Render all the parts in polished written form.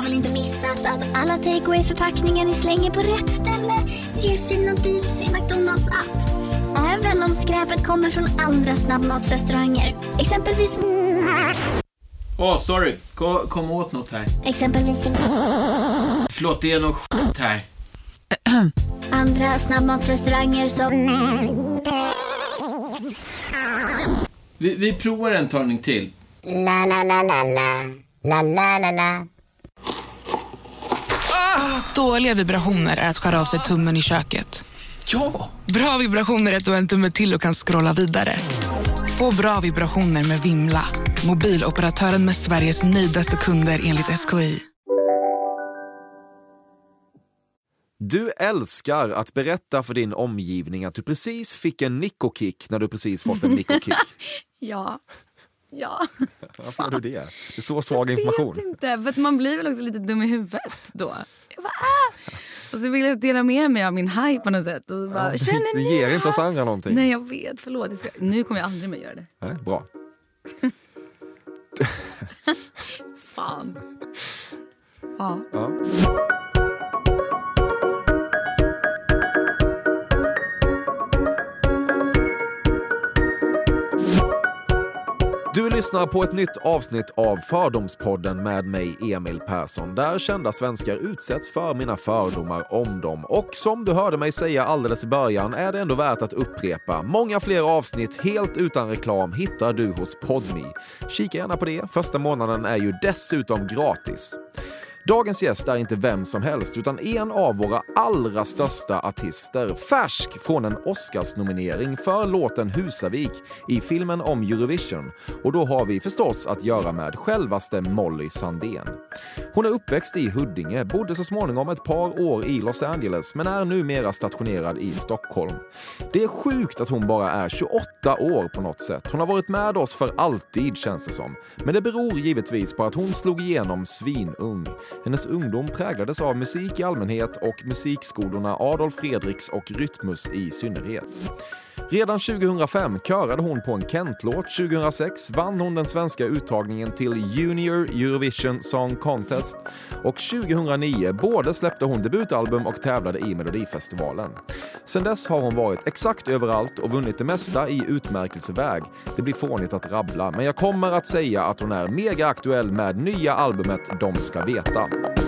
har väl inte missat att alla takeaway-förpackningar ni slänger på rätt ställe ger fina deals i McDonalds app. Även om skräpet kommer från andra snabbmatsrestauranger. Exempelvis... sorry. Kom åt något här. Exempelvis... Förlåt, det är något skit här. Andra snabbmatsrestauranger som... Vi provar en talning till. La la la la la. La la la la. Dåliga vibrationer är att skära av sig tummen i köket. Ja! Bra vibrationer är att du har en tumme till och kan scrolla vidare. Få bra vibrationer med Vimla. Mobiloperatören med Sveriges nöjdaste kunder enligt SKI. Du älskar att berätta för din omgivning att du precis fick en nicokick när du precis fått en nicokick. Ja. Varför gör du det? Det är så svag information. Jag vet inte, för att man blir väl också lite dum i huvudet då. Jag bara, Och så vill jag dela med mig av min hype på något sätt. Och så bara, känner ni? Det ger inte oss andra någonting. Nej, jag vet, förlåt. Nu kommer jag aldrig mer göra det. Nej, bra. Fan. Ja. Du lyssnar på ett nytt avsnitt av Fördomspodden med mig, Emil Persson, där kända svenskar utsätts för mina fördomar om dem. Och som du hörde mig säga alldeles i början är det ändå värt att upprepa. Många fler avsnitt helt utan reklam hittar du hos Podme. Kika gärna på det, första månaden är ju dessutom gratis. Dagens gäst är inte vem som helst utan en av våra allra största artister, färsk från en Oscarsnominering för låten Husavik i filmen om Eurovision. Och då har vi förstås att göra med självaste Molly Sandén. Hon är uppväxt i Huddinge, bodde så småningom ett par år i Los Angeles men är numera stationerad i Stockholm. Det är sjukt att hon bara är 28 år på något sätt. Hon har varit med oss för alltid, känns det som. Men det beror givetvis på att hon slog igenom svinung. Hennes ungdom präglades av musik i allmänhet och musikskolorna Adolf Fredriks och Rytmus i synnerhet. Redan 2005 körade hon på en Kent-låt. 2006 vann hon den svenska uttagningen till Junior Eurovision Song Contest. Och 2009 både släppte hon debutalbum och tävlade i Melodifestivalen. Sen dess har hon varit exakt överallt och vunnit det mesta i utmärkelseväg. Det blir fånigt att rabbla, men jag kommer att säga att hon är mega aktuell med nya albumet De ska veta.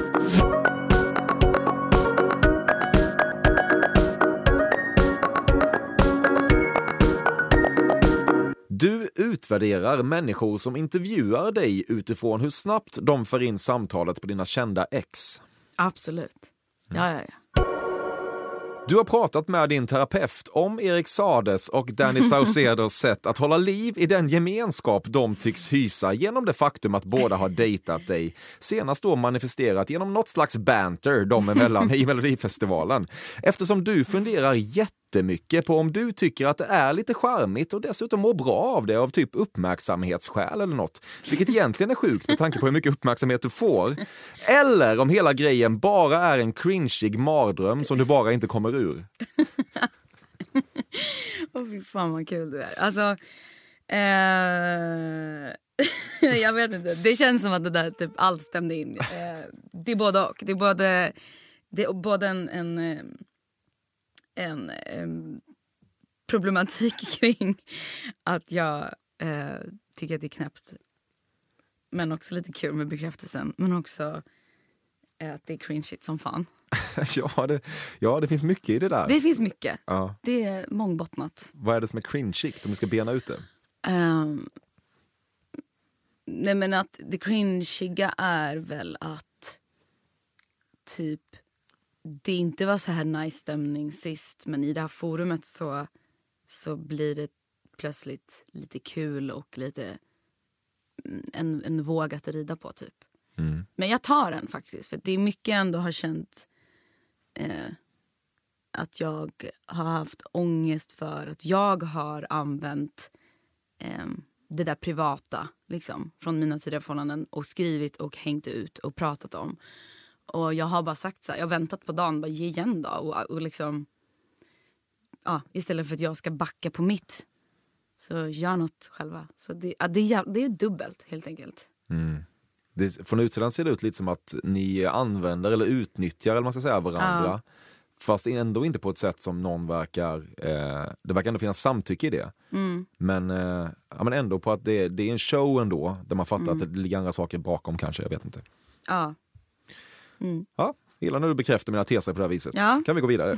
Du utvärderar människor som intervjuar dig utifrån hur snabbt de för in samtalet på dina kända ex. Absolut. Ja. Du har pratat med din terapeut om Erik Saades och Danny Saucedos sätt att hålla liv i den gemenskap de tycks hysa genom det faktum att båda har dejtat dig. Senast då manifesterat genom något slags banter dem emellan i Melodifestivalen. Eftersom du funderar jättemycket på om du tycker att det är lite charmigt och dessutom mår bra av det av typ uppmärksamhetsskäl eller något. Vilket egentligen är sjukt med tanke på hur mycket uppmärksamhet du får. Eller om hela grejen bara är en cringeig mardröm som du bara inte kommer ur. Fy fan vad kul du är. Alltså, jag vet inte. Det känns som att det där typ allt stämde in. Det är både och. Det är både en problematik kring att jag tycker att det är knäppt. Men också lite kul med bekräftelsen. Men också att det är cringeigt som fan. Ja, det finns mycket i det där. Det finns mycket. Ja. Det är mångbottnat. Vad är det som är cringeigt om du ska bena ut det? Nej, men att det cringeiga är väl att typ det inte var så här nice stämning sist, men i det här forumet så blir det plötsligt lite kul och lite en våg att rida på typ. Mm. Men jag tar den faktiskt, för det är mycket jag ändå har känt att jag har haft ångest för att jag har använt det där privata liksom, från mina tidigare förhållanden och skrivit och hängt ut och pratat om. Och jag har bara sagt så här, jag har väntat på dagen, bara ge igen då. Och liksom, ja, istället för att jag ska backa på mitt, så gör något själva. Så det är dubbelt helt enkelt. Mm. Från utsidan ser det ut lite som att ni använder eller utnyttjar eller man ska säga varandra. Fast ändå inte på ett sätt som någon verkar... det verkar ändå finnas samtycke i det. Men ändå på att det är en show ändå. Där man fattar att det ligger andra saker bakom kanske, jag vet inte. Ja. Ja, gillar när du bekräftar mina teser på det här viset. Ja. Kan vi gå vidare.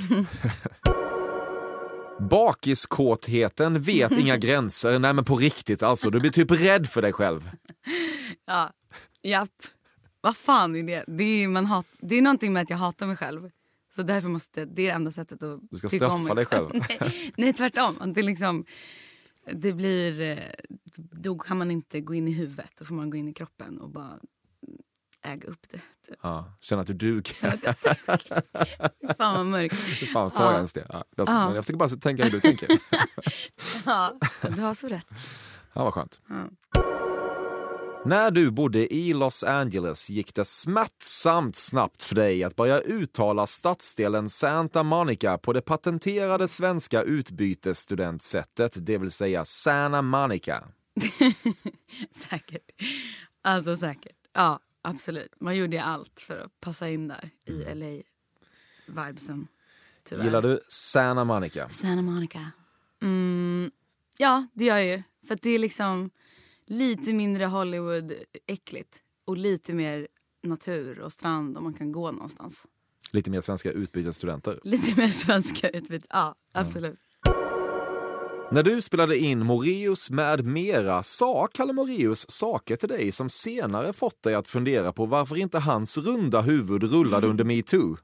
Bakiskåtheten vet inga gränser. Nej men på riktigt alltså, du blir typ rädd för dig själv. Ja, japp. Vad fan är det? Det är någonting med att jag hatar mig själv. Så därför det är det enda sättet att... Du ska straffa dig själv. nej, tvärtom. Det blir... Då kan man inte gå in i huvudet. Då får man gå in i kroppen och bara äga upp det. Typ. Ja, känna att du duger. Fan vad mörkt. Fan, sa jag ens det? Ja, men jag försöker bara tänka hur du tänker. Ja, du har så rätt. Ja, vad skönt. Ja. När du bodde i Los Angeles gick det smärtsamt snabbt för dig att börja uttala stadsdelen Santa Monica på det patenterade svenska utbytesstudentsättet, det vill säga Santa Monica. Säkert. Alltså säkert. Ja, absolut. Man gjorde allt för att passa in där i LA-vibesen. Tyvärr. Gillar du Santa Monica? Santa Monica. Ja, det gör jag ju. För att det är liksom lite mindre Hollywood-äckligt. Och lite mer natur och strand om man kan gå någonstans. Lite mer svenska utbytesstudenter. Lite mer svenska utbyte, ja, absolut. När du spelade in Moraeus med mera sa Kalle Moraeus saker till dig som senare fått dig att fundera på varför inte hans runda huvud rullade under MeToo.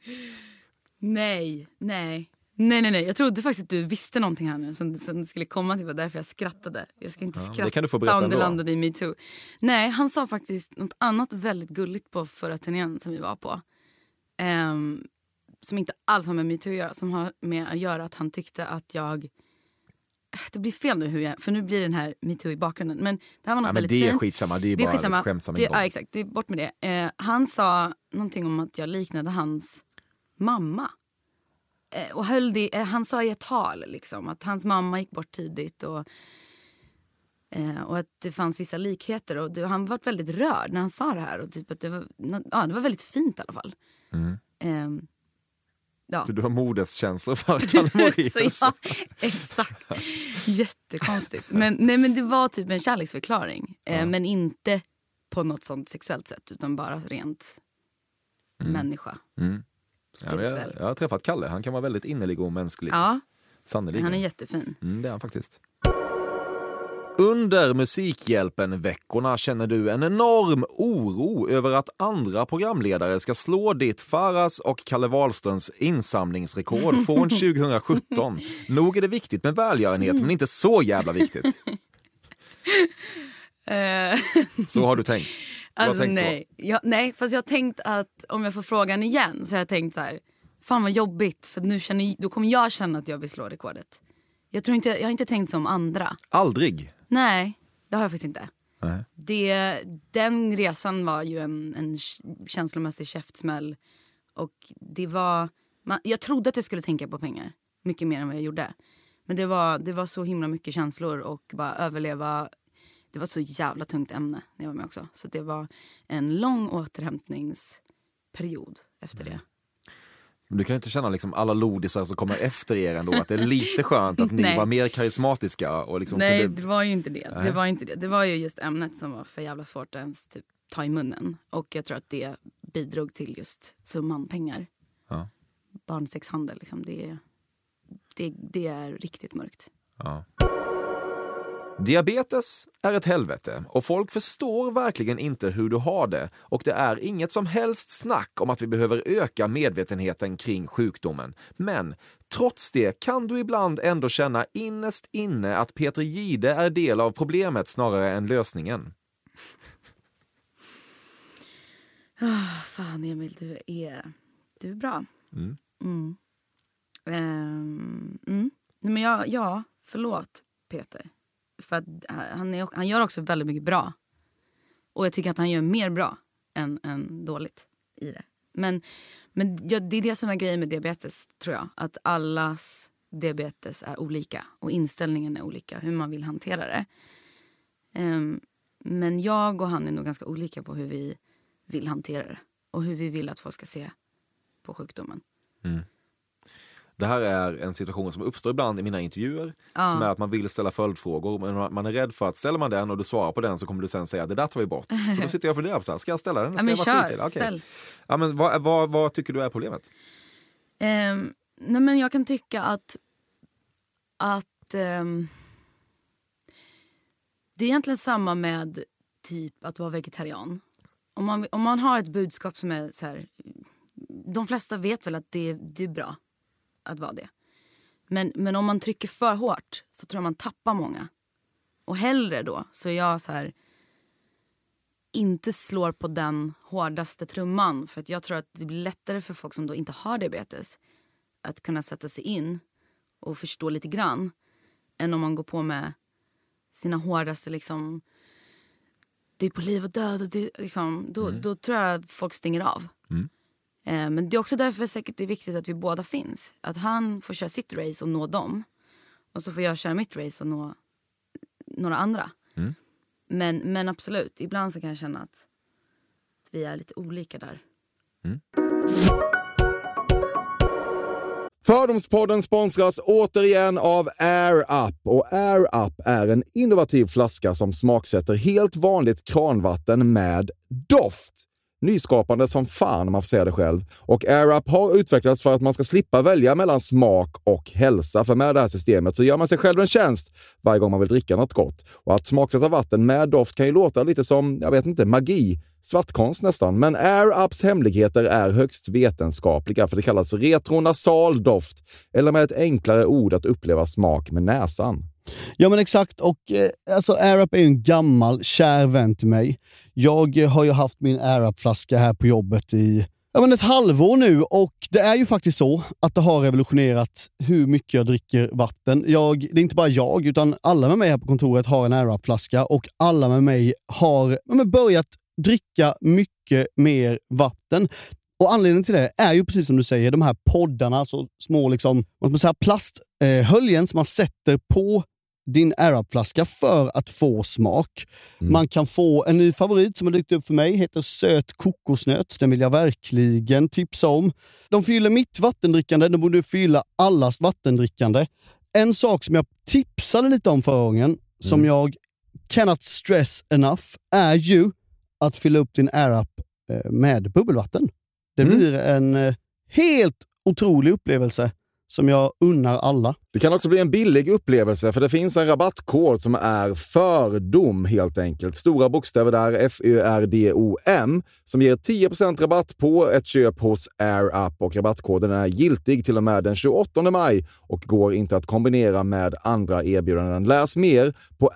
Nej. Jag trodde faktiskt att du visste någonting här nu som skulle komma till. Därför jag skrattade. Jag ska inte skratta det kan du få berätta om det ändå. landade i MeToo. Nej, han sa faktiskt något annat väldigt gulligt på förra turnén som vi var på. Som inte alls har med MeToo att göra. Som har med att göra att han tyckte att jag... Det blir fel nu för nu blir den här MeToo i bakgrunden. Men det här var något väldigt fint. Det är skitsamma, det är bara ett skämtsamt. Ja, exakt. Det är bort med det. Han sa någonting om att jag liknade hans mamma. Och han sa i ett tal liksom, att hans mamma gick bort tidigt och att det fanns vissa likheter. Och han var väldigt rörd när han sa det här. Och typ att det var väldigt fint i alla fall. Ja. Du har modeskänslor för Kalle Moraeus. Ja, exakt. Jättekonstigt. Men det var typ en kärleksförklaring. Men inte på något sånt sexuellt sätt. Utan bara rent människa. Ja, jag har träffat Kalle. Han kan vara väldigt innerlig och mänsklig. Ja, sannolikt. Han är jättefin. Det är han faktiskt. Under Musikhjälpen-veckorna känner du en enorm oro över att andra programledare ska slå ditt Faras och Kalle Wahlströms insamlingsrekord från 2017. Nog är det viktigt med välgörenhet, men inte så jävla viktigt. Så har du tänkt? Alltså, nej, fast jag har tänkt att om jag får frågan igen så har jag tänkt så här, fan vad jobbigt, för då kommer jag känna att jag vill slå rekordet. Jag har inte tänkt som andra. Aldrig? Nej, det har jag faktiskt inte. Nej. Den resan var ju en känslomässig käftsmäll. Och det var... jag trodde att jag skulle tänka på pengar. Mycket mer än vad jag gjorde. Men det var så himla mycket känslor och bara överleva. Det var ett så jävla tungt ämne när jag var med också. Så det var en lång återhämtningsperiod efter det. Men du kan inte känna liksom alla lodisar som kommer efter er ändå, att det är lite skönt att ni var mer karismatiska och liksom... Nej, det var ju inte det. Det var inte det. Det var ju just ämnet som var för jävla svårt att ens typ ta i munnen. Och jag tror att det bidrog till just summan pengar. Ja. Barnsexhandel liksom, det är riktigt mörkt. Ja. Diabetes är ett helvete och folk förstår verkligen inte hur du har det, och det är inget som helst snack om att vi behöver öka medvetenheten kring sjukdomen. Men trots det kan du ibland ändå känna innerst inne att Peter Jihde är del av problemet snarare än lösningen. Fan Emil, du är bra. Men ja, förlåt Peter. För att han gör också väldigt mycket bra. Och jag tycker att han gör mer bra än dåligt i det. Men ja, det är det som är grejen med diabetes, tror jag. Att allas diabetes är olika. Och inställningen är olika, hur man vill hantera det. Men jag och han är nog ganska olika på hur vi vill hantera det. Och hur vi vill att folk ska se på sjukdomen. Det här är en situation som uppstår ibland i mina intervjuer. Som är att man vill ställa följdfrågor. Men man är rädd för att ställer man den och du svarar på den så kommer du sen säga det där tar vi bort. Så då sitter jag och funderar på så här, ska jag ställa den? Ska kör, ställ. Ja, men vad tycker du är problemet? Nej, men jag kan tycka att det är egentligen samma med typ att vara vegetarian. Om man har ett budskap som är så här, de flesta vet väl att det är bra att vara det. Men om man trycker för hårt så tror jag man tappar många. Och hellre då så jag så här inte slår på den hårdaste trumman, för att jag tror att det blir lättare för folk som då inte har diabetes att kunna sätta sig in och förstå lite grann än om man går på med sina hårdaste liksom, det är på liv och död och det, liksom, då tror jag att folk stänger av. Men det är också därför säkert det är viktigt att vi båda finns. Att han får köra sitt race och nå dem. Och så får jag köra mitt race och nå några andra. Men absolut, ibland så kan jag känna att vi är lite olika där. Fördomspodden sponsras återigen av Air Up. Och Air Up är en innovativ flaska som smaksätter helt vanligt kranvatten med doft. Nyskapande som fan om man får säga det själv. Och Air Up har utvecklats för att man ska slippa välja mellan smak och hälsa. För med det här systemet så gör man sig själv en tjänst varje gång man vill dricka något gott. Och att smaksätta vatten med doft kan ju låta lite som, jag vet inte, magi. Svartkonst nästan. Men Air Ups hemligheter är högst vetenskapliga, för det kallas retronasal doft. Eller med ett enklare ord att uppleva smak med näsan. Ja men exakt, och alltså Air Up är ju en gammal kär vän till mig. Jag har ju haft min Air Up-flaska här på jobbet i ett halvår nu, och det är ju faktiskt så att det har revolutionerat hur mycket jag dricker vatten. Det är inte bara jag, utan alla med mig här på kontoret har en Air Up-flaska, och alla med mig har börjat dricka mycket mer vatten. Och anledningen till det är ju precis som du säger, de här poddarna, alltså små liksom, plasthöljen som man sätter på din Air Up-flaska för att få smak. Man kan få en ny favorit som har dykt upp för mig, heter söt kokosnöt. Den vill jag verkligen tipsa om. De fyller mitt vattendrickande, de borde fylla allas vattendrickande. En sak som jag tipsade lite om förra gången, som jag cannot stress enough, är ju att fylla upp din Air Up med bubbelvatten. Det blir en helt otrolig upplevelse som jag unnar alla. Det kan också bli en billig upplevelse, för det finns en rabattkod som är fördom helt enkelt. Stora bokstäver där, FÖRDOM, som ger 10% rabatt på ett köp hos Air Up, och rabattkoden är giltig till och med den 28 maj och går inte att kombinera med andra erbjudanden. Läs mer på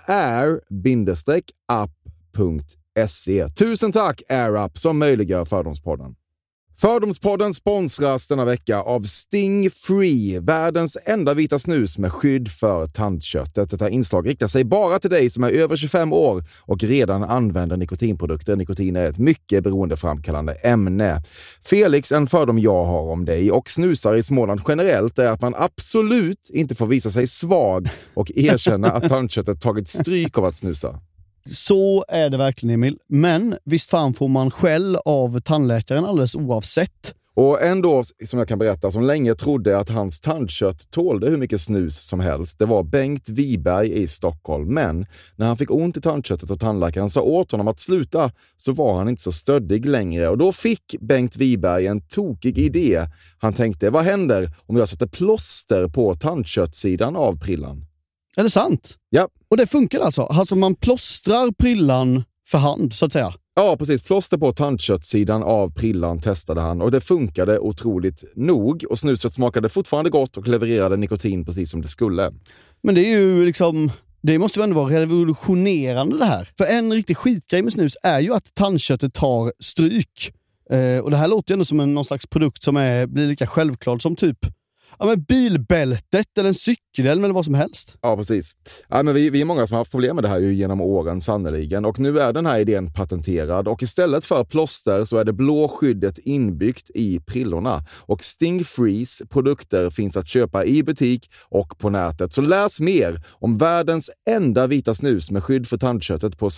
air-up.se. Tusen tack Air Up som möjliggör Fördomspodden. Fördomspodden sponsras denna vecka av Sting Free, världens enda vita snus med skydd för tandköttet. Detta inslag riktar sig bara till dig som är över 25 år och redan använder nikotinprodukter. Nikotin är ett mycket beroendeframkallande ämne. Felix, en fördom jag har om dig och snusar i Småland generellt är att man absolut inte får visa sig svag och erkänna att tandköttet tagit stryk av att snusa. Så är det verkligen, Emil. Men visst fan får man skäll av tandläkaren alldeles oavsett. Och ändå, som jag kan berätta, som länge trodde att hans tandkött tålde hur mycket snus som helst. Det var Bengt Wiberg i Stockholm. Men när han fick ont i tandköttet och tandläkaren sa åt honom att sluta, så var han inte så stöddig längre. Och då fick Bengt Wiberg en tokig idé. Han tänkte, vad händer om jag sätter plåster på tandköttsidan av prillan? Är det sant? Ja. Och det funkar alltså? Alltså man plåstrar prillan för hand, så att säga? Ja, precis. Plåster på tandköttsidan av prillan testade han och det funkade otroligt nog. Och snuset smakade fortfarande gott och levererade nikotin precis som det skulle. Men det är ju liksom... Det måste ju ändå vara revolutionerande det här. För en riktig skitgrej med snus är ju att tandköttet tar stryk. Och det här låter ju ändå som någon slags produkt som blir lika självklart som typ bilbältet eller en cykelhjälm eller vad som helst. Ja, precis. Ja, men vi är många som har haft problem med det här ju genom åren sannoliken. Och nu är den här idén patenterad. Och istället för plåster så är det blå skyddet inbyggt i prillorna. Och Stingfrees produkter finns att köpa i butik och på nätet. Så läs mer om världens enda vita snus med skydd för tandköttet på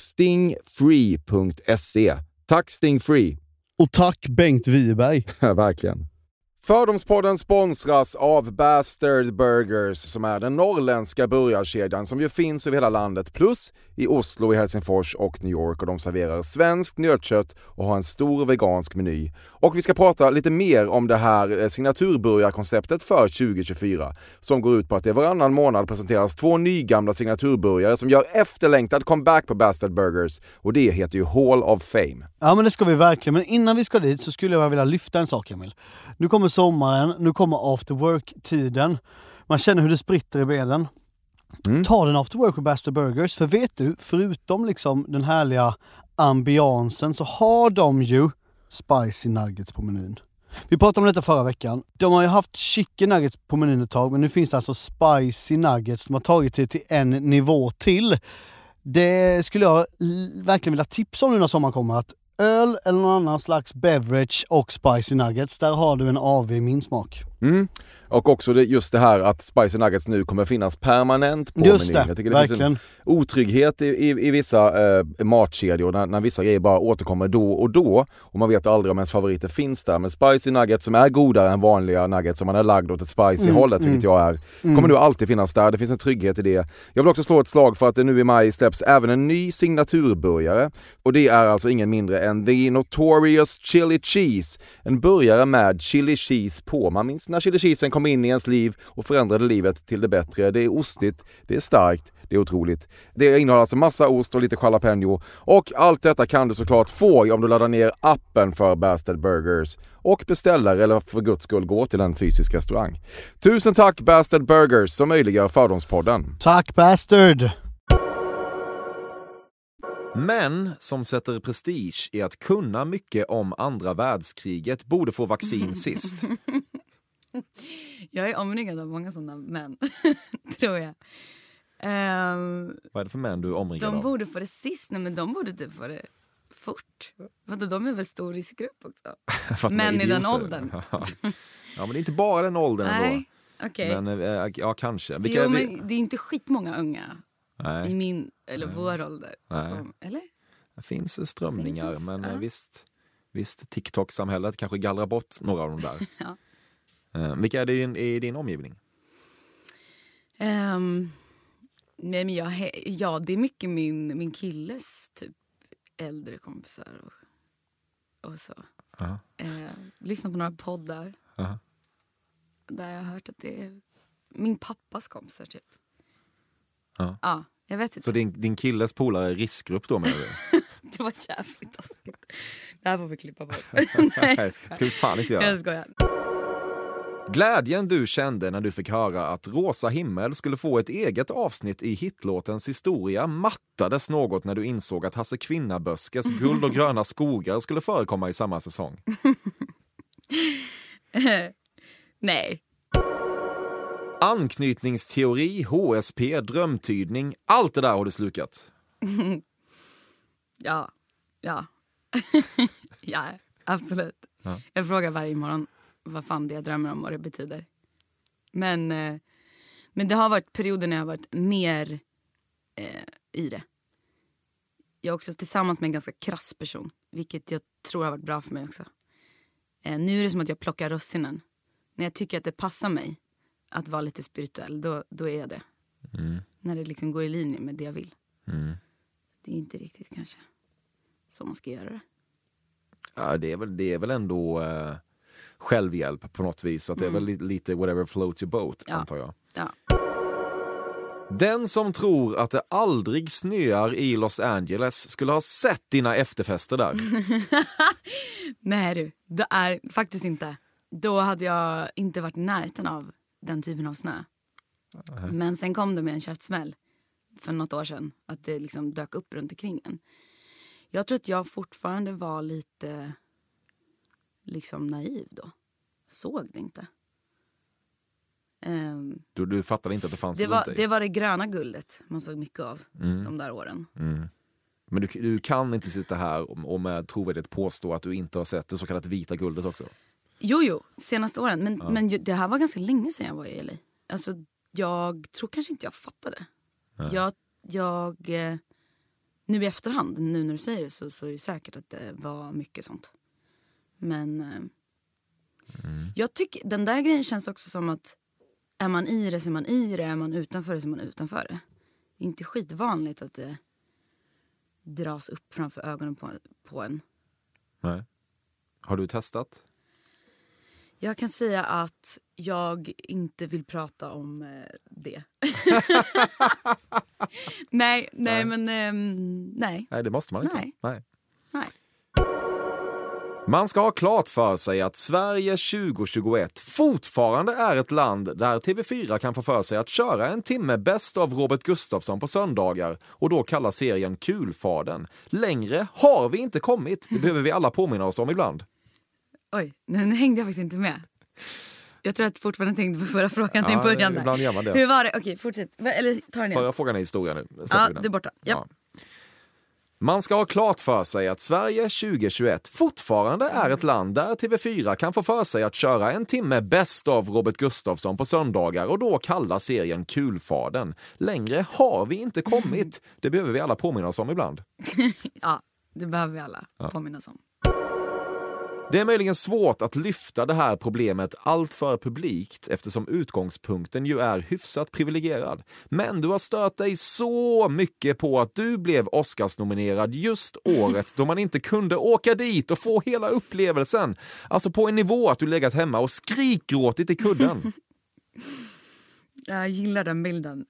stingfree.se. Tack Stingfree! Och tack Bengt Wiberg. Verkligen. Fördomspodden sponsras av Bastard Burgers som är den norrländska burgarkedjan som ju finns över hela landet plus i Oslo, i Helsingfors och New York, och de serverar svenskt nötkött och har en stor vegansk meny. Och vi ska prata lite mer om det här signaturburgarkonceptet för 2024 som går ut på att det varannan månad presenteras 2 nygamla signaturburgare som gör efterlängtad comeback på Bastard Burgers, och det heter ju Hall of Fame. Ja, men det ska vi verkligen. Men innan vi ska dit så skulle jag vilja lyfta en sak, Emil. Nu kommer sommaren, nu kommer after work-tiden. Man känner hur det spritter i benen. Ta den after work på Bastard Burgers. För vet du, förutom liksom den härliga ambiansen så har de ju spicy nuggets på menyn. Vi pratade om detta förra veckan. De har ju haft chicken nuggets på menyn ett tag, men nu finns det alltså spicy nuggets. De har tagit det till en nivå till. Det skulle jag verkligen vilja tipsa om nu när sommaren kommer, att öl eller någon annan slags beverage och spicy nuggets, där har du en AV i min smak. Och också just det här att spicy nuggets nu kommer finnas permanent på menyn. Jag tycker det verkligen. Finns en otrygghet i vissa matkedjor när vissa grejer bara återkommer då och man vet aldrig om ens favoriter finns där. Men spicy nuggets som är godare än vanliga nuggets som man är lagd åt ett spicy hållet, vilket jag är, kommer nu alltid finnas där. Det finns en trygghet i det. Jag vill också slå ett slag för att det nu i maj släpps även en ny signaturburgare, och det är alltså ingen mindre än The Notorious Chili Cheese. En burgare med chili cheese på. Man minns när chili cheesen kom in i ens liv och förändrade livet till det bättre. Det är ostigt, det är starkt, det är otroligt. Det innehåller alltså massa ost och lite jalapeno. Och allt detta kan du såklart få om du laddar ner appen för Bastard Burgers och beställer, eller för guds skull gå till en fysisk restaurang. Tusen tack Bastard Burgers som möjliggör Fördomspodden. Tack Bastard! Män som sätter prestige i att kunna mycket om andra världskriget borde få vaccin sist. Jag är omringad av många sådana män, tror jag. Vad är det för män du är omringad av? De borde få det sist, men de borde typ få det fort. De är väl stor riskgrupp också. Män i den åldern. Ja, men det är inte bara den åldern ändå. Nej, okej. Men ja, kanske. Men det är inte skitmånga unga i min eller vår ålder. Som, eller? Det finns strömningar, men visst TikTok-samhället kanske gallrar bort några av dem där. Ja. Vilka är det i din omgivning? Nej, men det är mycket min killes typ äldre kompisar och så. Lyssnar på några poddar. Där jag har hört att det är min pappas kompisar typ. Ja, jag vet inte. Så din killes polare är riskgrupp då, menar du? Det var jävligt taskigt. Det här får vi klippa bort. Nej, ska vi fan inte göra. Jag skojar. Glädjen du kände när du fick höra att Rosa himmel skulle få ett eget avsnitt i hitlåtens historia mattades något när du insåg att Hasse Kvinnaböskes Guld och gröna skogar skulle förekomma i samma säsong. Nej. Anknytningsteori, HSP, drömtydning, allt det där har du slukat. Ja. Ja, absolut. Ja. Jag frågar varje morgon vad fan det jag drömmer om och det betyder. Men det har varit perioder när jag har varit mer i det. Jag är också tillsammans med en ganska krass person, vilket jag tror har varit bra för mig också. Nu är det som att jag plockar russinen. När jag tycker att det passar mig att vara lite spirituell, då är jag det. När det liksom går i linje med det jag vill. Det är inte riktigt kanske så man ska göra det. Ja, det är väl ändå självhjälp på något vis. Så att det är väl lite whatever floats your boat, antar jag. Ja. Den som tror att det aldrig snöar i Los Angeles skulle ha sett dina efterfester där. Nej du, det är faktiskt inte. Då hade jag inte varit i närheten av den typen av snö. Men sen kom det med en käftsmäll för något år sedan. Att det liksom dök upp runt omkring en. Jag tror att jag fortfarande var lite liksom naiv då. Såg det inte. Du fattade inte att det fanns det runt dig? Det var det gröna guldet man såg mycket av de där åren. Men du kan inte sitta här och med trovärdighet påstå att du inte har sett det så kallat vita guldet också? Jo, senaste åren. Men det här var ganska länge sedan jag var i LA. Alltså, jag tror kanske inte jag fattade. Jag nu i efterhand, nu när du säger det, så är det säkert att det var mycket sånt. Men jag tycker, den där grejen känns också som att är man i det så är man i det, är man utanför det så är man utanför det. Det är inte skitvanligt att det dras upp framför ögonen på en. Nej. Har du testat? Jag kan säga att jag inte vill prata om det. Nej. Nej, det måste man inte. Nej. Nej. Man ska ha klart för sig att Sverige 2021 fortfarande är ett land där TV4 kan få för sig att köra en timme bäst av Robert Gustafsson på söndagar och då kallar serien Kulfaden. Längre har vi inte kommit. Det behöver vi alla påminna oss om ibland. Oj, nu hängde jag faktiskt inte med. Jag tror att jag fortfarande tänkte på förra frågan i början. Ibland gör man det. Hur var det? Okej, fortsätt. Eller ta den igen. Förra frågan är historia nu. Ja, det är borta. Ja. Man ska ha klart för sig att Sverige 2021 fortfarande är ett land där TV4 kan få för sig att köra en timme bäst av Robert Gustafsson på söndagar och då kallar serien Kulfaden. Längre har vi inte kommit. Det behöver vi alla påminna oss om ibland. Ja, det behöver vi alla påminna oss om. Det är möjligen svårt att lyfta det här problemet allt för publikt eftersom utgångspunkten ju är hyfsat privilegierad. Men du har stört dig så mycket på att du blev Oscars-nominerad just året då man inte kunde åka dit och få hela upplevelsen. Alltså på en nivå att du legat hemma och skrikgråtit i kudden. Jag gillar den bilden.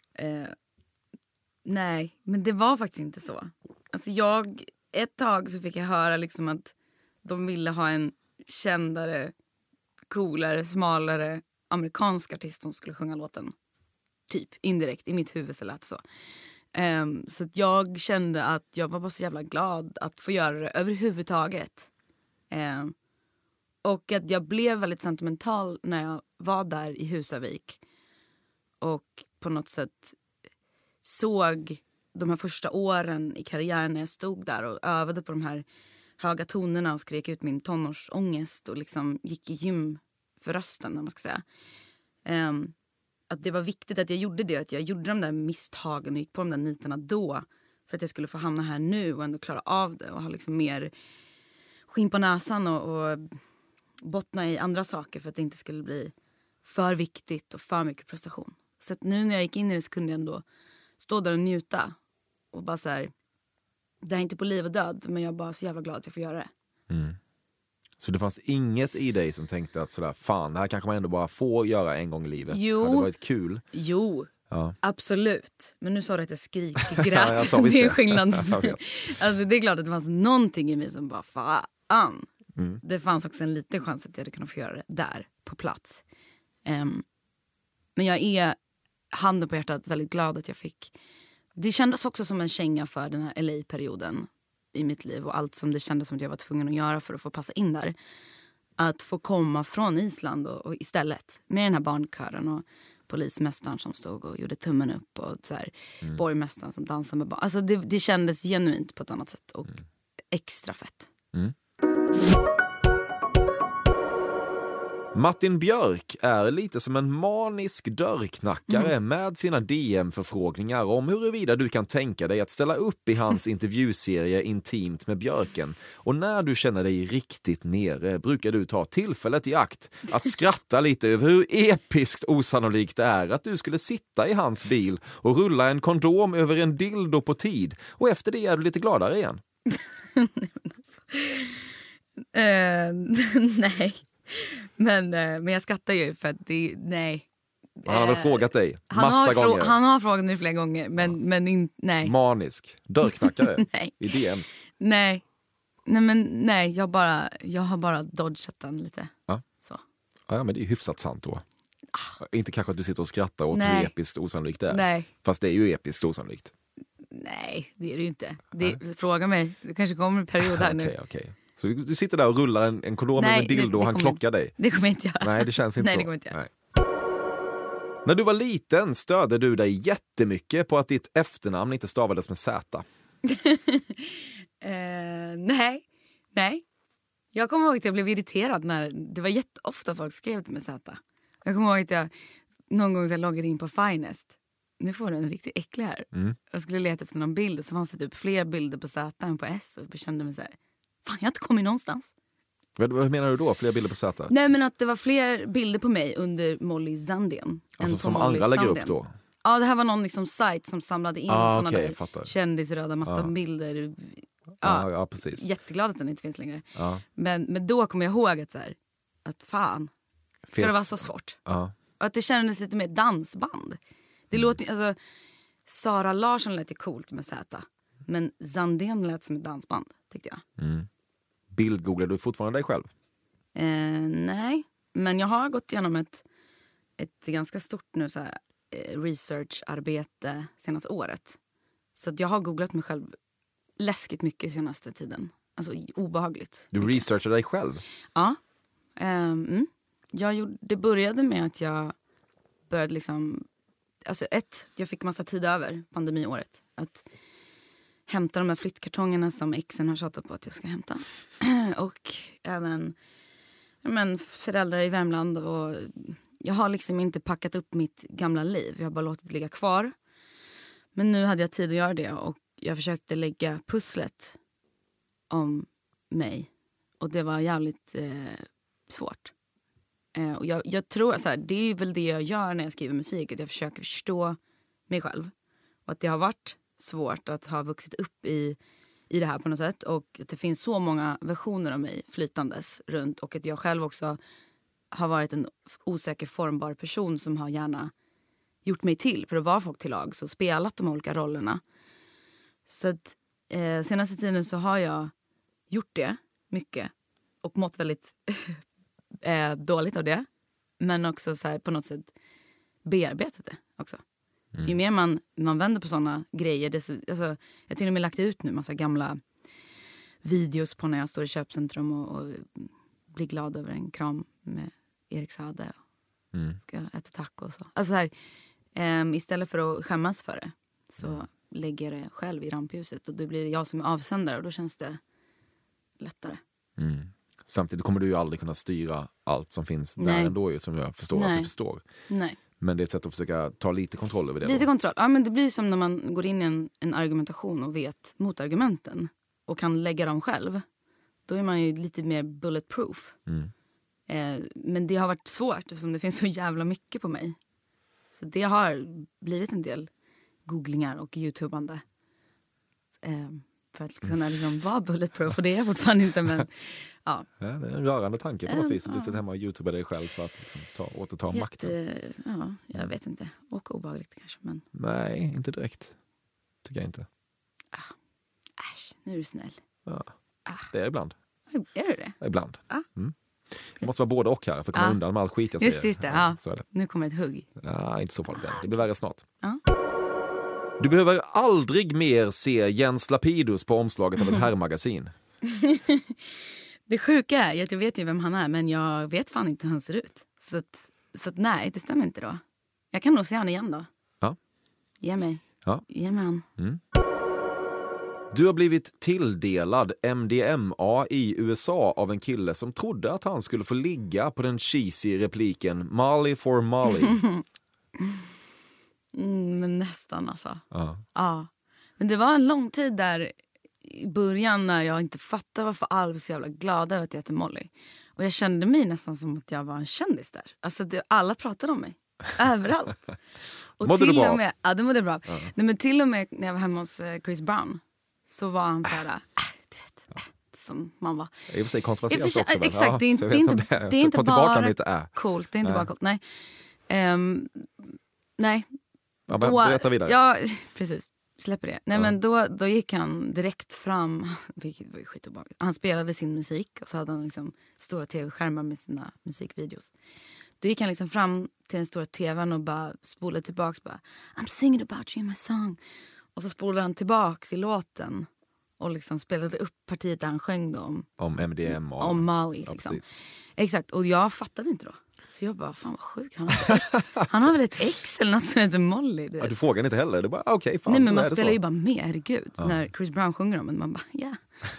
Nej, men det var faktiskt inte så. Alltså ett tag så fick jag höra liksom att de ville ha en kändare, coolare, smalare amerikansk artist som skulle sjunga låten. Typ, indirekt. I mitt huvud så lät det så. Så att jag kände att jag var bara så jävla glad att få göra det överhuvudtaget. Och att jag blev väldigt sentimental när jag var där i Husavik. Och på något sätt såg de här första åren i karriären när jag stod där och övade på de här höga tonerna och skrek ut min tonårsångest och liksom gick i gym för rösten, när man ska säga. Att det var viktigt att jag gjorde det, att jag gjorde de där misstagen och gick på de där nitarna då för att jag skulle få hamna här nu och ändå klara av det och ha liksom mer skinn på näsan och bottna i andra saker för att det inte skulle bli för viktigt och för mycket prestation. Så att nu när jag gick in i det så kunde jag ändå stå där och njuta och bara så här, det är inte på liv och död, men jag är bara så jävla glad att jag får göra det. Så det fanns inget i dig som tänkte att sådär, fan, det här kanske man ändå bara får göra en gång i livet? Jo. Hade det varit kul? Jo, ja. Absolut. Men nu sa du att jag skrikgrät. Ja, det är skillnad. Alltså det är klart att det fanns någonting i mig som bara, fan. Det fanns också en liten chans att jag hade kunnat få göra det där, på plats. Men jag är, handen på hjärtat, väldigt glad att jag fick. Det kändes också som en känga för den här LA-perioden i mitt liv och allt som det kändes som att jag var tvungen att göra för att få passa in där. Att få komma från Island och istället med den här barnkören och polismästaren som stod och gjorde tummen upp och så här, borgmästaren som dansade med barn. Alltså det kändes genuint på ett annat sätt och extra fett. Martin Björk är lite som en manisk dörrknackare med sina DM-förfrågningar om huruvida du kan tänka dig att ställa upp i hans intervjuserie Intimt med Björken. Och när du känner dig riktigt nere brukar du ta tillfället i akt att skratta lite över hur episkt osannolikt det är att du skulle sitta i hans bil och rulla en kondom över en dildo på tid. Och efter det är du lite gladare igen. Nej. Men jag skrattar ju för att det, nej. Han har väl frågat dig massa gånger. Han har frågat mig flera gånger, men nej. Manisk dörrknackare nej. I DMs. Nej, jag har bara dodgat den lite. Ja. Så. Ja, men det är hyfsat sant då. Inte kanske att du sitter och skrattar åt hur episkt osannolikt det är. Nej. Fast det är ju episkt osannolikt. Nej, det är det ju inte. Fråga mig, det kanske kommer en period här nu. Okej. Så du sitter där och rullar en kondom med en dildo och han klockar dig? Det kommer jag inte göra. Nej, det känns inte så. Nej, det kommer inte göra. Nej. När du var liten störde du dig jättemycket på att ditt efternamn inte stavades med Z. Nej. Jag kommer ihåg att jag blev irriterad när det var jätteofta folk skrev det med Z. Jag kommer ihåg att jag någon gång så loggade in på Finest. Nu får du en riktigt äcklig här. Jag skulle leta efter någon bild, så fanns det typ fler bilder på Z än på S. Och jag kände mig så här, fan, jag har inte kommit någonstans. Vad menar du då? Fler bilder på Z? Nej, men att det var fler bilder på mig under Molly Zandien. Alltså än som Molly andra lägger upp Zandien. då? Ja, det här var någon liksom sajt som samlade in såna okej, där fattar. kändisröda mattan-bilder. Ja, precis. Jätteglad att den inte finns längre. Ja. Men då kommer jag ihåg att, så här, att fan, ska det vara så svårt? Ja. Och att det kändes lite mer dansband. Det låter, alltså, Sara Larsson lät ju coolt med Z. Men Zandén lät som ett dansband, tyckte jag. Bildgooglar du fortfarande dig själv? Nej, men jag har gått igenom ett ganska stort nu så här, researcharbete senaste året. Så att jag har googlat mig själv läskigt mycket senaste tiden. Alltså obehagligt. Du researchar dig själv? Ja. Det började med att jag började liksom... Alltså jag fick massa tid över pandemiåret. Att hämta de här flyttkartongerna som exen har tjatat på att jag ska hämta. Och även föräldrar i Värmland. Och jag har liksom inte packat upp mitt gamla liv. Jag har bara låtit det ligga kvar. Men nu hade jag tid att göra det. Och jag försökte lägga pusslet om mig. Och det var jävligt svårt. Och jag tror så här, det är väl det jag gör när jag skriver musik. Att jag försöker förstå mig själv. Och att det har varit svårt att ha vuxit upp i det här på något sätt. Och att det finns så många versioner av mig flytandes runt. Och att jag själv också har varit en osäker formbar person som har gärna gjort mig till för att vara folk till lag. Så spelat de olika rollerna. Så att senaste tiden så har jag gjort det mycket. Och mått väldigt dåligt av det. Men också så här, på något sätt bearbetat det också. Ju mer man vänder på såna grejer. Jag har till och med lagt ut nu massa gamla videos på när jag står i köpcentrum och blir glad över en kram med Erik Saade. Ska äta taco och så. Alltså här, istället för att skämmas för det så lägger jag det själv i rampljuset. Och då blir det jag som är avsändare och då känns det lättare. Samtidigt kommer du ju aldrig kunna styra allt som finns där ändå ju, som jag förstår att du förstår. Nej. Men det är ett sätt att försöka ta lite kontroll över det. Lite kontroll. Ja, men det blir som när man går in i en argumentation och vet motargumenten och kan lägga dem själv. Då är man ju lite mer bulletproof. Men det har varit svårt eftersom det finns så jävla mycket på mig. Så det har blivit en del googlingar och youtubande. För att kunna liksom vara bulletproof. Och det är jag fortfarande inte, men ja. Ja, det är en rörande tanke på något vis. Du sitter hemma och youtubar dig själv för att liksom återta makten. Ja, jag vet inte. Och obehagligt kanske, men... Nej, inte direkt. Tycker jag inte. Äsch, nu är du snäll. Ja, det är ibland. Är du det? Ibland. Det måste vara både och här för att komma undan med all skit jag säger. Just det, ja. Så är det. Nu kommer ett hugg. Ja, inte så farligt än. Det blir värre snart. Ja. Du behöver aldrig mer se Jens Lapidus på omslaget av ett herrmagasin. Det sjuka är att jag vet ju vem han är, men jag vet fan inte hur han ser ut. Så att nej, det stämmer inte då. Jag kan nog se han igen då. Ja. Ge mig. Ja. Ge mig han. Du har blivit tilldelad MDMA i USA av en kille som trodde att han skulle få ligga på den cheesy repliken Molly for Molly. Men nästan alltså. Ja. Men det var en lång tid där i början när jag inte fattade varför alla var så jävla glada över att jag heter Molly. Och jag kände mig nästan som att jag var en kändis där. Alltså alla pratade om mig. Överallt. Och mådde du bra? Och med, ja, det mådde bra. Nej, men till och med när jag var hemma hos Chris Brown så var han så här, du vet, som man var. Det är i och för sig kontroversiellt också. Exakt, ja, det är inte bara coolt. Det är inte bara coolt, nej. Nej. Ja, berätta vidare. Ja, precis. Släpper det. Nej, men då gick han direkt fram, vilket var ju skitobehagligt. Han spelade sin musik och så hade han liksom stora tv-skärmar med sina musikvideos. Då gick han liksom fram till den stora tvn och bara spolade tillbaks bara, I'm singing about you in my song. Och så spolade han tillbaks i låten och liksom spelade upp partiet där han sjöng då om MDMA. Om Molly ja, liksom. Precis. Exakt, och jag fattade inte då. Så jag bara, fan vad sjukt. Han har väl ett ex eller något som heter Molly. Ja, du frågar inte heller. Det är bara, okej, fan. Nej, men man är det spelar så? ju bara med, herregud. När Chris Brown sjunger om det, man bara, ja.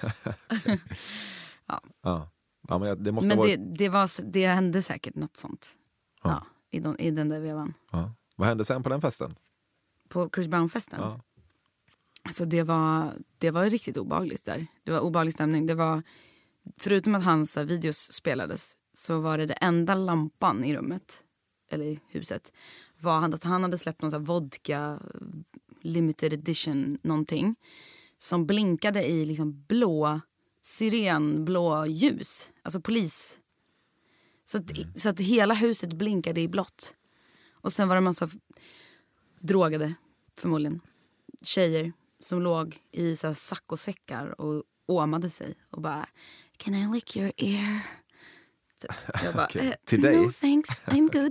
Ja, men det måste Men vara... det hände säkert något sånt. Ja, i den där vevan. Ja. Vad hände sen på den festen? På Chris Brown-festen? Ja. Alltså det var riktigt obehagligt där. Det var obehaglig stämning. Det var, förutom att hans videos spelades, så var det enda lampan i rummet, eller i huset, var att han hade släppt någon sån här vodka limited edition någonting som blinkade i liksom sirenblå ljus. Alltså polis. Så att hela huset blinkade i blått. Och sen var det en massa drogade, förmodligen, tjejer som låg i så här saccosäckar och åmade sig och bara, can I lick your ear? Jag bara, Today? no thanks, I'm good.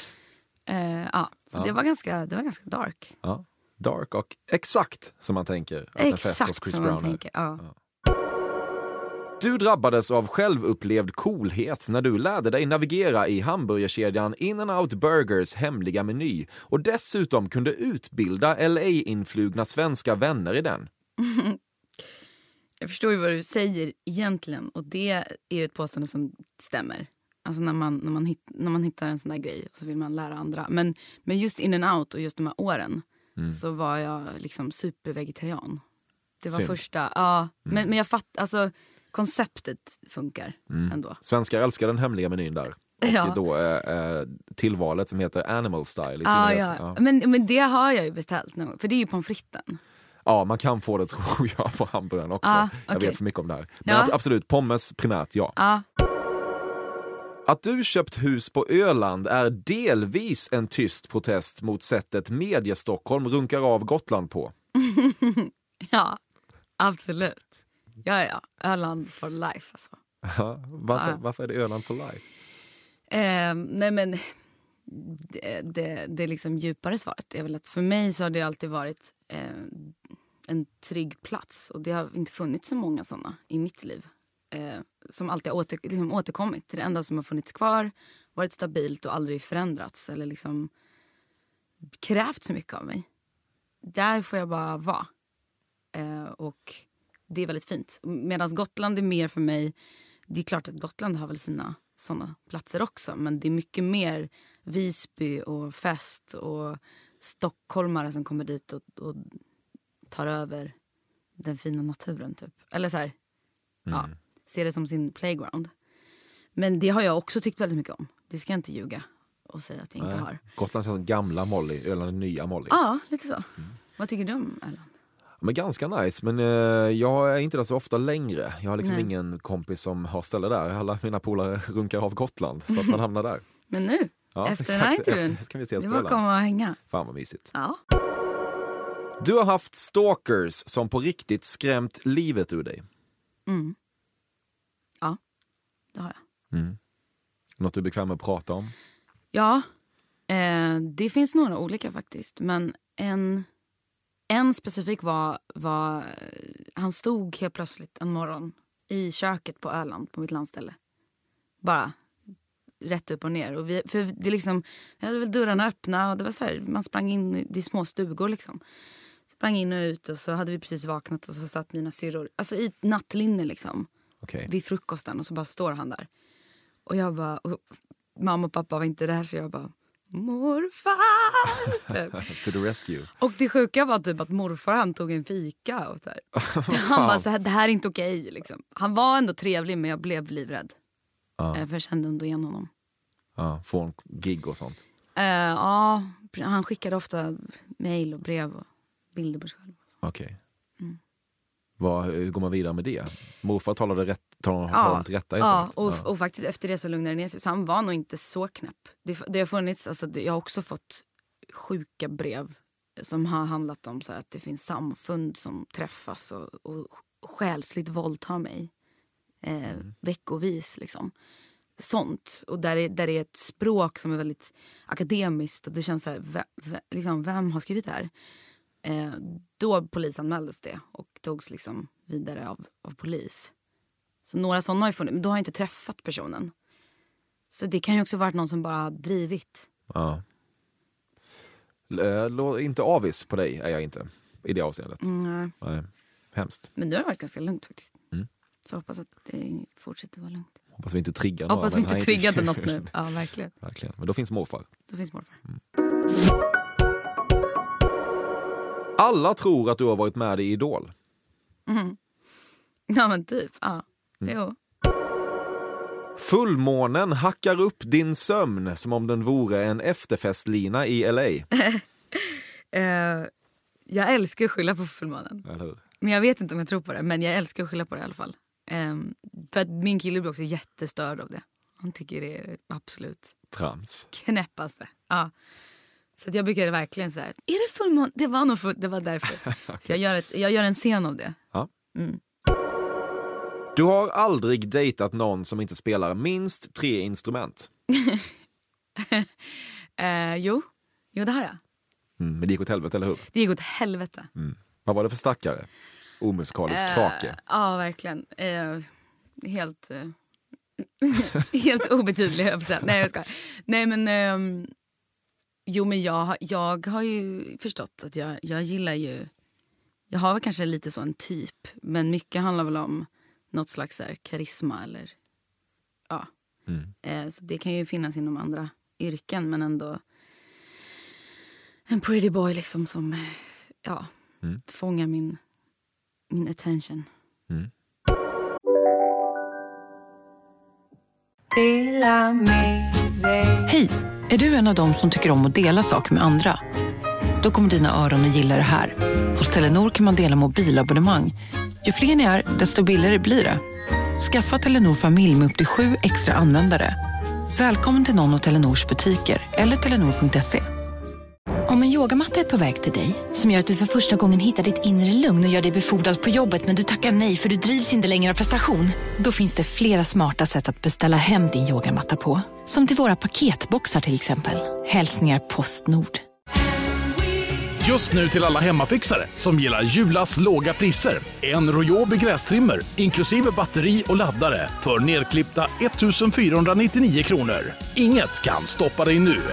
Det var ganska dark. Ja. Dark och exakt som man tänker. Exakt som man tänker, ja. Du drabbades av självupplevd coolhet när du lärde dig navigera i hamburgerkedjan In-N-Out Burgers hemliga meny och dessutom kunde utbilda LA-influgna svenska vänner i den. Jag förstår ju vad du säger egentligen, och det är ju ett påstående som stämmer. Alltså när man hittar en sån där grej så vill man lära andra. Men just In-N-Out och just de här åren så var jag liksom supervegetarian. Det var första, men jag fattar, alltså konceptet funkar ändå. Svenskar älskar den hemliga menyn där. Och då tillvalet som heter Animal Style i synnerhet. Ja. Men det har jag ju beställt nu, för det är ju pommes fritesen. Ja, man kan få det, tror jag, på hamburgaren också. Okay. Jag vet för mycket om det här. Men absolut, pommes primärt, ja. Att du köpt hus på Öland är delvis en tyst protest mot sättet Mediestockholm runkar av Gotland på. Ja, absolut. Ja, Öland for life alltså. Varför är det Öland for life? Nej men det liksom djupare svaret är väl att för mig så har det alltid varit en trygg plats, och det har inte funnits så många sådana i mitt liv som alltid har återkommit till det enda som har funnits kvar, varit stabilt och aldrig förändrats eller liksom krävt så mycket av mig. Där får jag bara vara, och det är väldigt fint. Medan Gotland är mer för mig, det är klart att Gotland har väl sina sådana platser också, men det är mycket mer Visby och fest och stockholmare som kommer dit och tar över den fina naturen typ. Eller så här, ser det som sin playground. Men det har jag också tyckt väldigt mycket om. Det ska jag inte ljuga och säga att jag inte har. Gotland är gamla Molly, Öland är nya Molly. Ja, lite så. Vad tycker du om Öland? Men ganska nice, men jag är inte där så ofta längre. Jag har liksom ingen kompis som har ställe där. Alla mina polare runkar av Gotland så att man hamnar där. Men nu, efter den här intervjun, ska vi ses du på var komma och hänga. Fan vad mysigt. Ja. Du har haft stalkers som på riktigt skrämt livet ur dig. Ja, det har jag. Något du är bekväm med att prata om? Ja, det finns några olika faktiskt. Men en specifik var han stod helt plötsligt en morgon i köket på Öland på mitt landställe. Bara rätt upp och ner. Och för det liksom, jag hade väl dörrarna öppna och det var så här, man sprang in i små stugor liksom. Sprang in och ut och så hade vi precis vaknat och så satt mina syrror, alltså i nattlinne liksom. Okay. Vid frukosten och så bara står han där. Och jag bara, och mamma och pappa var inte där så jag bara, morfar! To the rescue. Och det sjuka var typ att morfar han tog en fika och så här. Han var så här, det här är inte okej liksom. Han var ändå trevlig men jag blev livrädd. För jag kände ändå igen honom. Få en gig och sånt. Ja, han skickade ofta mejl och brev och bilder på sig själv. Okej. Hur går man vidare med det? Morfar talade till rätta. Ja, och faktiskt efter det så lugnade det ner sig. Så han var nog inte så knäpp. Det har funnits, alltså, jag har också fått sjuka brev som har handlat om så här, att det finns samfund som träffas och själsligt våldtar mig. Veckovis liksom. Sånt. Och där är ett språk som är väldigt akademiskt och det känns så här, liksom, vem har skrivit det här? Då polisanmäldes det och togs liksom vidare av polis. Så några sådana har ju funnits, men då har jag inte träffat personen. Så det kan ju också varit någon som bara har drivit. Ja. Inte avis på dig är jag inte i det avseendet. Nej. Hemskt. Men nu har det varit ganska lugnt faktiskt. Så hoppas att det fortsätter vara lugnt. Hoppas vi inte triggar några. Hoppas vi inte triggade något nu. Ja, verkligen. Verkligen. Men då finns morfar. Alla tror att du har varit med i Idol. Ja, men typ. Ja. Jo. Fullmånen hackar upp din sömn som om den vore en efterfestlina i LA. Jag älskar att skylla på fullmånen. Eller hur? Men jag vet inte om jag tror på det. Men jag älskar att skylla på det i alla fall. För att min kille blir också jättestörd av det. Han tycker det är absolut Trams. knäppaste. Ja. Så att jag brukar verkligen säga, är det fullmåne? Det var nog det var därför. Så jag gör en scen av det. Ja. Du har aldrig dejtat någon som inte spelar minst 3 instrument. Jo, det har jag. Men det gick åt helvete, eller hur? Det gick åt helvete. Vad var det för stackare? Omusikalisk krake. Ja, verkligen. Helt obetydlig, jag säga. Nej, jag ska. Nej, men jo, men jag har ju förstått att jag gillar ju. Jag har väl kanske lite så en typ, men mycket handlar väl om något slags där karisma eller ja. Så det kan ju finnas inom andra yrken, men ändå en pretty boy liksom som fångar min attention. Hej, är du en av dem som tycker om att dela saker med andra? Då kommer dina öron att gilla det här. Hos Telenor kan man dela mobilabonnemang. Ju fler ni är, desto billigare blir det. Skaffa Telenor familj med upp till 7 extra användare. Välkommen till någon av Telenors butiker eller telenor.se. Om en yogamatta är på väg till dig, som gör att du för första gången hittar ditt inre lugn och gör dig befordrad på jobbet, men du tackar nej för du drivs inte längre av prestation. Då finns det flera smarta sätt att beställa hem din yogamatta på. Som till våra paketboxar till exempel. Hälsningar Postnord. Just nu till alla hemmafixare som gillar Julas låga priser. En Royobi grästrimmer inklusive batteri och laddare för nedklippta 1499 kronor. Inget kan stoppa dig nu.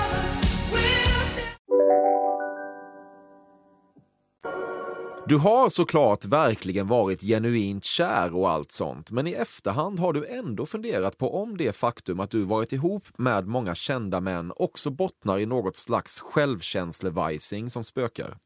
Du har såklart verkligen varit genuint kär och allt sånt, men i efterhand har du ändå funderat på om det faktum att du varit ihop med många kända män också bottnar i något slags självkänslevajsing som spökar.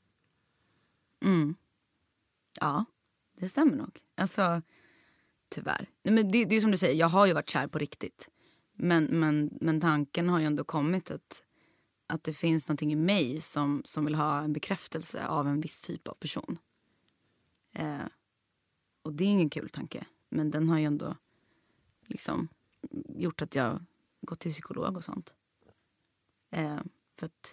Ja, det stämmer nog. Alltså, tyvärr. Nej, men det är som du säger, jag har ju varit kär på riktigt. Men tanken har ju ändå kommit att det finns någonting i mig som vill ha en bekräftelse av en viss typ av person. Och det är ingen kul tanke. Men den har ju ändå liksom gjort att jag gått till psykolog och sånt. För att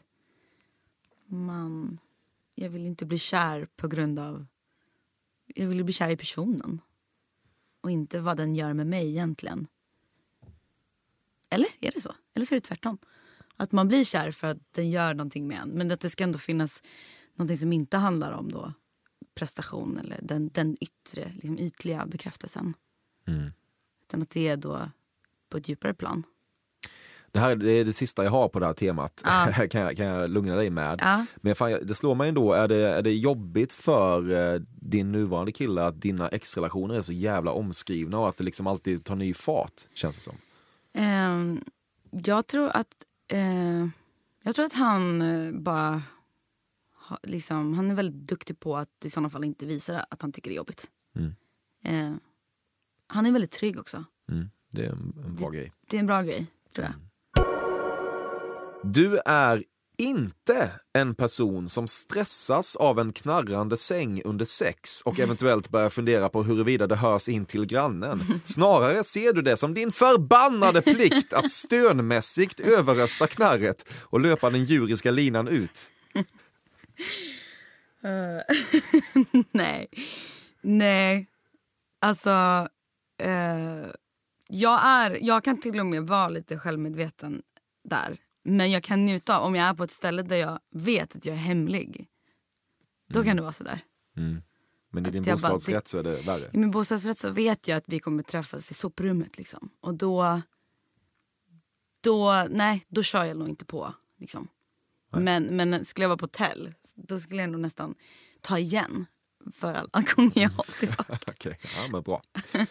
jag vill inte bli kär på grund av. Jag vill bli kär i personen. Och inte vad den gör med mig egentligen. Eller är det så? Eller så är det tvärtom. Att man blir kär för att den gör någonting med en. Men att det ska ändå finnas någonting som inte handlar om då prestation. Eller den yttre, liksom ytliga bekräftelsen. Utan att det är då på ett djupare plan. Det här är det sista jag har på det här temat. kan jag lugna dig med. Men det slår mig ändå, är det jobbigt för din nuvarande kille att dina ex-relationer är så jävla omskrivna och att det liksom alltid tar ny fart, känns det som? Jag tror att han bara liksom, han är väldigt duktig på att i sådana fall inte visa att han tycker det är jobbigt. Han är väldigt trygg också. Det är en bra grej. Det är en bra grej, tror jag. Du är inte en person som stressas av en knarrande säng under sex och eventuellt börjar fundera på huruvida det hörs in till grannen. Snarare ser du det som din förbannade plikt att stönmässigt överrösta knarret och löpa den djuriska linan ut. Nej. Alltså, jag kan till och med vara lite självmedveten där. Men jag kan njuta om jag är på ett ställe där jag vet att jag är hemlig. Då kan det vara sådär. Men i din bostadsrätt så är det värre. I min bostadsrätt så vet jag att vi kommer träffas i soprummet liksom. Och då då kör jag nog inte på. Liksom. Men skulle jag vara på hotell, då skulle jag nog nästan ta igen för alla gånger jag hållit tillbaka. Okej, ja, men bra.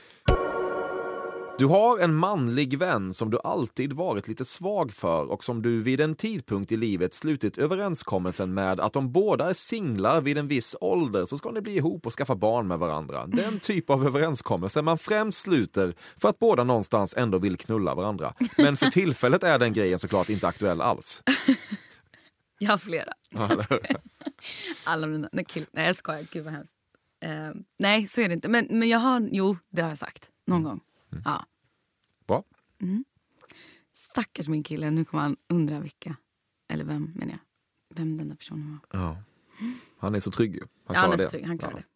Du har en manlig vän som du alltid varit lite svag för och som du vid en tidpunkt i livet slutit överenskommelsen med att om båda är singlar vid en viss ålder så ska ni bli ihop och skaffa barn med varandra. Den typ av överenskommelse man främst sluter för att båda någonstans ändå vill knulla varandra. Men för tillfället är den grejen såklart inte aktuell alls. Jag har flera. Alla mina killar. Nej, jag skojar. Gud vad hemskt. Nej, så är det inte. Men det har jag sagt. Någon gång. Ja. Bra. Stackars min kille. Nu kommer han undra vilka. Eller vem menar jag. Vem den där personen var. Ja. Han är så trygg ju. Han är så trygg. Han klarar det.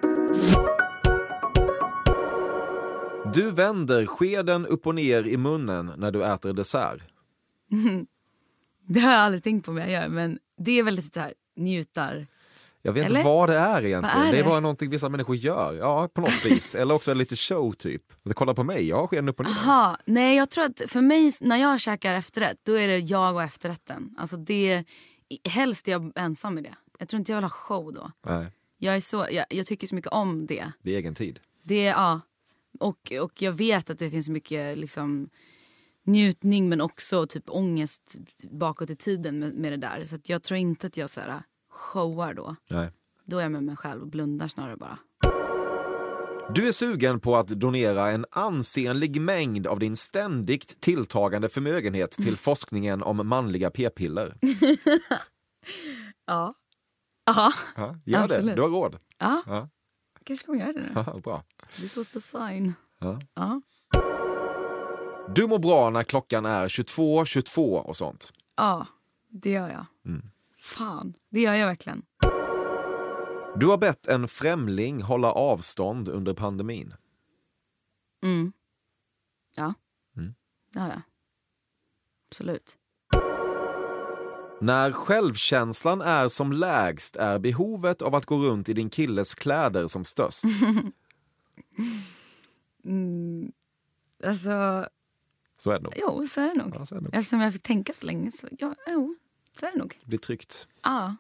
Du vänder skeden upp och ner i munnen när du äter dessert. Det har jag aldrig tänkt på om jag gör. Men det är väldigt så här njutar. Jag vet inte vad det är egentligen. Det är bara någonting vissa människor gör. Ja, på något vis. Eller också lite show typ. Kolla på mig, jag har skeden upp och ner. Aha, nej jag tror att för mig när jag käkar efterrätt, då är det jag och efterrätten. Alltså det, helst är jag ensam med det. Jag tror inte jag vill ha show då. Nej. Jag tycker så mycket om det. Det är egen tid. Och jag vet att det finns mycket liksom njutning men också typ ångest bakåt i tiden med det där. Så att jag tror inte att jag så här showar då. Nej. Då är jag med mig själv och blundar snarare bara. Du är sugen på att donera en ansenlig mängd av din ständigt tilltagande förmögenhet till forskningen om manliga p-piller. Ja. Aha. Ja, gör absolut. Det, du har råd. Ja. Kanske kommer göra det nu. Ja, bra. This was the sign. Ja. Du mår bra när klockan är 22:22 och sånt. Ja, det gör jag. Fan, det gör jag verkligen. Du har bett en främling hålla avstånd under pandemin. Ja, det har jag. Absolut. När självkänslan är som lägst är behovet av att gå runt i din killes kläder som störst. Alltså... Så är det nog. Jo, så är det nog. Ja, så är det nog. Eftersom jag fick tänka så länge så... Ja, så är det nog. Det blir tryggt. Ja.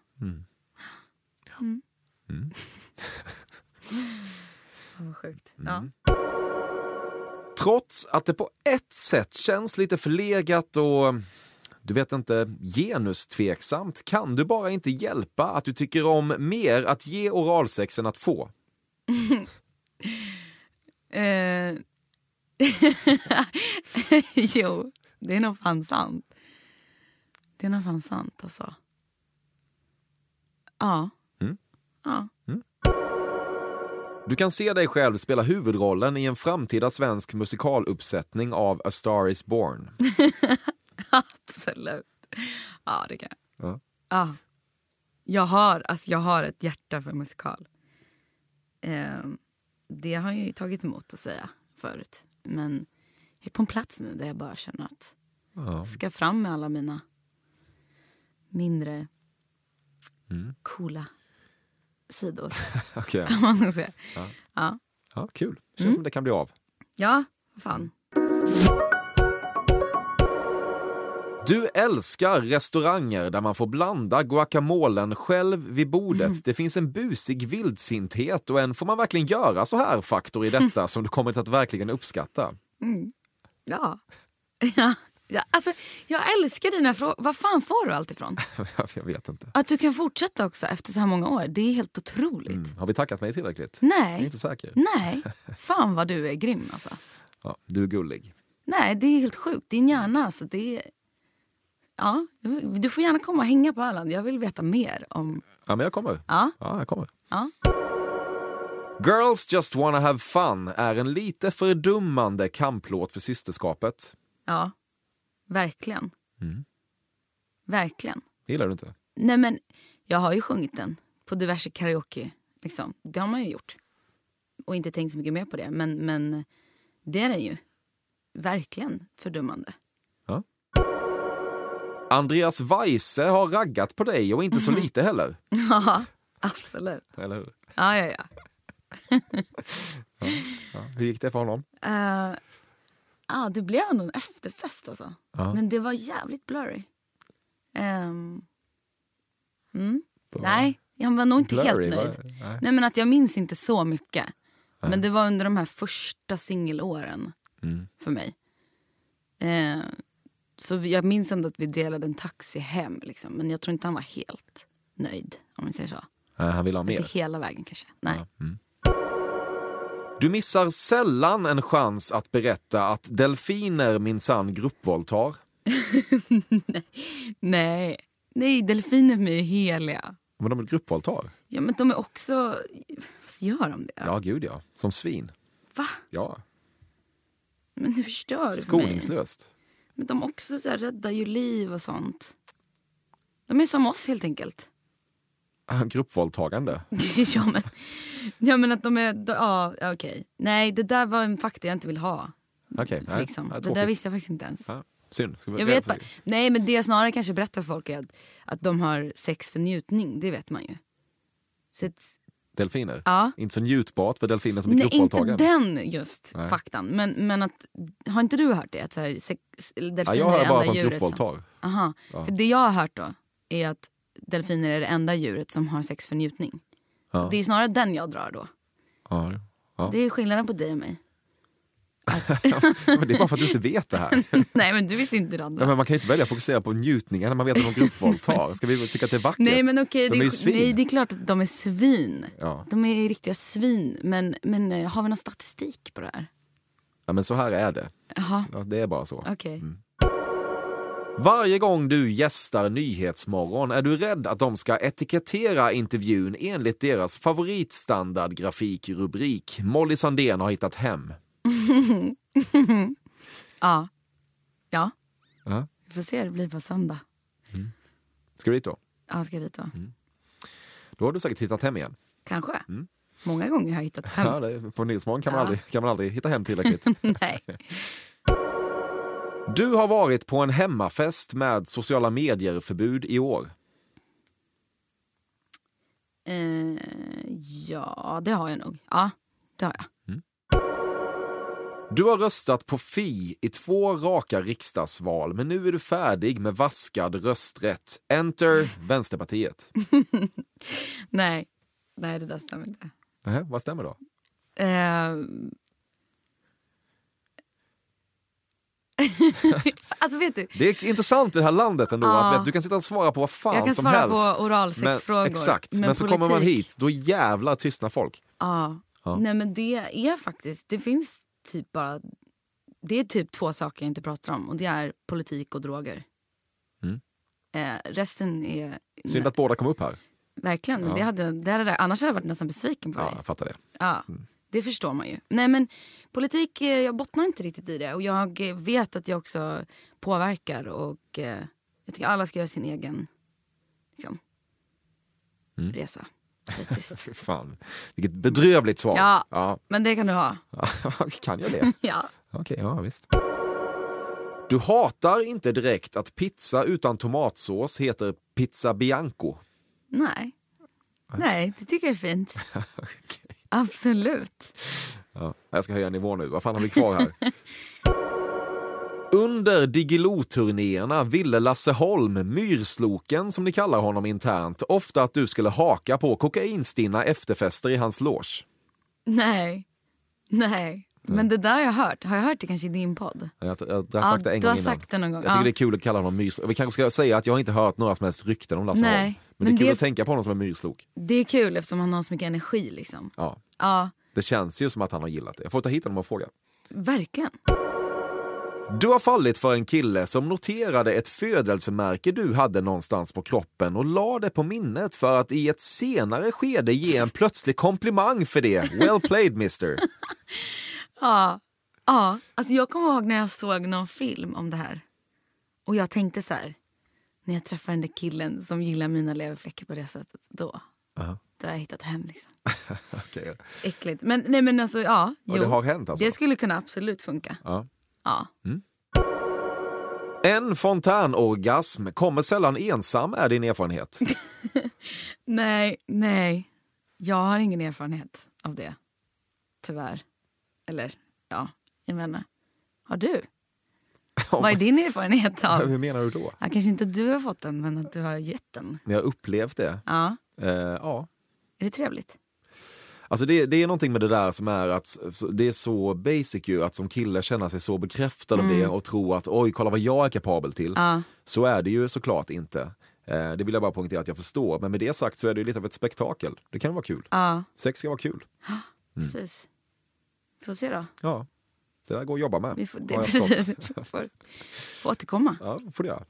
Vad sjukt. Ja. Trots att det på ett sätt känns lite förlegat och du vet inte genustveksamt kan du bara inte hjälpa att du tycker om mer att ge oralsex än att få. Jo, det är nog fan sant. Det är nog fan sant alltså. Ja. Ja. Du kan se dig själv spela huvudrollen i en framtida svensk musikaluppsättning av A Star is Born. Absolut. Ja, det kan jag. Ja. Jag har ett hjärta för musikal. Det har jag ju tagit emot att säga förut. Men jag är på en plats nu där jag bara känner att jag ska fram med alla mina mindre coola sidor. Okej. Ja, kul. Känns som det kan bli av. Ja, fan. Du älskar restauranger där man får blanda guacamolen själv vid bordet. Det finns en busig vildsinthet och en får man verkligen göra så här faktor i detta som du kommer att verkligen uppskatta. Ja. Alltså, jag älskar dina frågor. Vad fan får du allt ifrån? Jag vet inte. Att du kan fortsätta också efter så här många år. Det är helt otroligt. Har vi tackat mig tillräckligt? Nej. Jag är inte säker. Nej. Fan vad du är grym alltså. Ja, du är gullig. Nej, det är helt sjukt. Din hjärna alltså, det är... Ja, du får gärna komma och hänga på Öland. Jag vill veta mer om... Ja, men jag kommer. Ja, jag kommer. Ja. Girls Just Wanna Have Fun är en lite fördummande kamplåt för systerskapet. Ja, verkligen. Verkligen. Det gillar du inte? Nej, men jag har ju sjungit den på diverse karaoke. Liksom. Det har man ju gjort. Och inte tänkt så mycket mer på det. Men det är den ju. Verkligen fördummande. Ja. Andreas Weise har raggat på dig och inte så lite heller. Ja, absolut. Eller hur? Ja. Ja. Hur gick det för honom? det blev ändå en efterfest alltså. Men det var jävligt blurry. Nej, jag var nog inte Blurry, helt nöjd. Nej, men att jag minns inte så mycket. Men det var under de här första singelåren för mig. Så jag minns ändå att vi delade en taxi hem. Liksom. Men jag tror inte han var helt nöjd, om man säger så. Han vill ha mer. Inte hela vägen kanske. Nej. Du missar sällan en chans att berätta att delfiner minsann gruppvåldtar. Nej, delfiner är ju heliga. Men de är gruppvåldtar? Ja, men de är också... Vad gör de det? Ja, gud ja. Som svin. Va? Ja. Men nu förstör du mig. Skoningslöst. Men de också så här, räddar ju liv och sånt. De är som oss helt enkelt. Gruppvåldtagande. ja, men att de är... Ja, okej. Nej, det där var en fakta jag inte vill ha. Okej. Liksom. Det där visste jag faktiskt inte ens. Ja. Synd. Jag vet bara, nej, men det jag snarare kanske berättar för folk är att de har sex för njutning. Det vet man ju. Så delfiner? Ja. Inte så njutbart för delfiner som är gruppvåldtagande. Inte den just faktan. Men att, har inte du hört det? Att så här, delfiner jag hör är bara enda att de djuret gruppvåldtar. Aha. Ja. För det jag har hört då är att delfiner är det enda djuret som har sex för njutning. Det är snarare den jag drar då. Ja. Det är skillnaden på dig och mig. Men det är bara för att du inte vet det här. Nej, men du visste inte det andra. Ja, men man kan ju inte välja att fokusera på njutningar när man vet att de gruppvåldtar. Ska vi tycka att det är vackert? Nej, men okej, de är ju svin. Nej, det är klart att de är svin. Ja. De är riktiga svin. Men har vi någon statistik på det här? Ja, men så här är det. Jaha. Ja, det är bara så. Okej. Varje gång du gästar Nyhetsmorgon är du rädd att de ska etikettera intervjun enligt deras favoritstandardgrafikrubrik. Molly Sandén har hittat hem. Ja. Ja. Vi får se, det blir på söndag. Ska du dit då? Ja, ska dit då. Då har du säkert hittat hem igen. Kanske. Många gånger har jag hittat hem. Ja, på Nyhetsmorgon kan man aldrig hitta hem tillräckligt. Nej. Du har varit på en hemmafest med sociala medier-förbud i år. Ja, det har jag nog. Ja, det har jag. Du har röstat på Fi i 2 raka riksdagsval, men nu är du färdig med vaskad rösträtt. Enter Vänsterpartiet. Nej, det där stämmer inte. Vad stämmer då? Alltså, vet du? Det är intressant i det här landet ändå att du kan sitta och svara på vad fan som helst. Jag kan svara på oralsexfrågor. Exakt, men så kommer man hit, då jävlar tystnar folk. Ja. Nej, men det är faktiskt, det finns typ bara, det är typ 2 saker jag inte pratar om, och det är politik och droger. Resten är... Synd att båda kom upp här. Verkligen, men annars hade jag varit nästan besviken på dig. Ja, jag fattar det. Ja, det förstår man ju. Nej, men politik, jag bottnar inte riktigt i det. Och jag vet att jag också påverkar. Och jag tycker alla ska göra sin egen liksom, resa. Fan, vilket bedrövligt svar. Ja, men det kan du ha. Kan jag det? Ja. Okej, ja visst. Du hatar inte direkt att pizza utan tomatsås heter pizza bianco. Nej, det tycker jag är fint. Okay. Absolut. Ja, jag ska höja nivån nu. Vad fan har vi kvar här? Under Diggiloo-turnéerna ville Lasse Holm, myrsloken som ni kallar honom internt, ofta att du skulle haka på kokainstinna efterfester i hans loge. Nej. Men det där har jag hört. Har jag hört det kanske i din podd? Jag har sagt det en gång innan. Du har sagt det någon gång. Jag tycker det är kul att kalla honom myrsloken. Vi kanske ska säga att jag inte hört några som helst rykten om Lasse Holm. Men det är kul att tänka på honom som en myrslok. Det är kul eftersom han har så mycket energi liksom. Ja. Det känns ju som att han har gillat det. Jag får ta hit honom och fråga. Verkligen. Du har fallit för en kille som noterade ett födelsemärke du hade någonstans på kroppen och la det på minnet för att i ett senare skede ge en plötslig komplimang för det. Well played, mister. Ja, alltså jag kommer ihåg när jag såg någon film om det här. Och jag tänkte så här, när jag träffar den där killen som gillar mina leverfläckar på det sättet, då har jag hittat hem liksom. Okay. Äckligt. Men alltså, ja. Och det har hänt alltså? Det skulle kunna absolut funka. Ja. En fontänorgasm kommer sällan ensam, är din erfarenhet? Nej. Jag har ingen erfarenhet av det. Tyvärr. Eller, ja, jag menar. Har du? Vad är din erfarenhet av? Hur menar du då? Ja, kanske inte du har fått den, men att du har gett den. Jag har upplevt det. Ja. Ja. Är det trevligt? Alltså det är någonting med det där som är att det är så basic ju, att som kille känna sig så bekräftad av det och tro att oj, kolla vad jag är kapabel till. Så är det ju såklart inte. Det vill jag bara poängtera att jag förstår. Men med det sagt så är det ju lite av ett spektakel. Det kan vara kul. Sex ska vara kul. Precis. Får se då. Ja, det där går att jobba med. Vi får, precis. får återkomma. Ja, får det göra.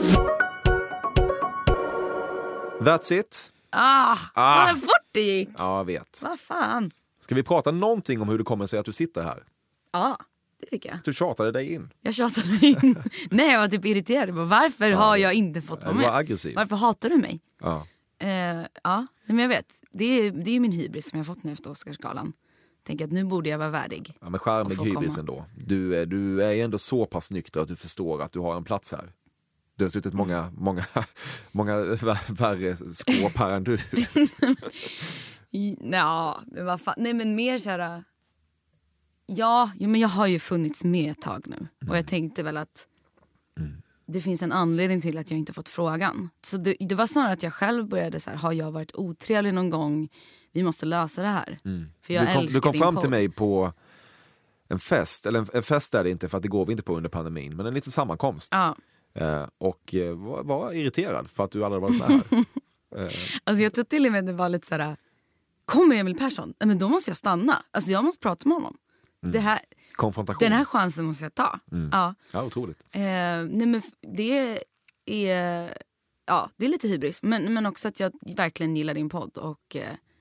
That's it. Vad fort det gick. Ja, jag vet. Vad fan. Ska vi prata någonting om hur det kommer sig att du sitter här? Ja, det tycker jag. Du tjatade dig in. Jag tjatade mig in. Nej, jag var typ irriterad. Varför har jag inte fått vara med? Du var aggressiv. Varför hatar du mig? Ja. Men jag vet. Det är min hybris som jag har fått nu efter Oscarsgalan. Tänker att nu borde jag vara värdig. Ja, men charmig hybris ändå. Du är ju ändå så pass nykter att du förstår att du har en plats här. Du har suttit många värre skåp här än du. Ja, men vad fan. Nej, men mer så här. Ja, men jag har ju funnits med ett tag nu. Och jag tänkte väl att det finns en anledning till att jag inte fått frågan. Så det var snarare att jag själv började så här, har jag varit otrevlig någon gång? Vi måste lösa det här. För jag du kom fram till mig på en fest, eller en fest är det inte för att det går vi inte på under pandemin, men en liten sammankomst. Ja. Och var irriterad för att du aldrig varit med här. Alltså jag tror till och med det var lite så här: kommer Emil Persson? Men då måste jag stanna. Alltså jag måste prata med honom. Det här, konfrontation. Den här chansen måste jag ta. Ja, otroligt. Nej, men det är lite hybris. Men också att jag verkligen gillar din podd och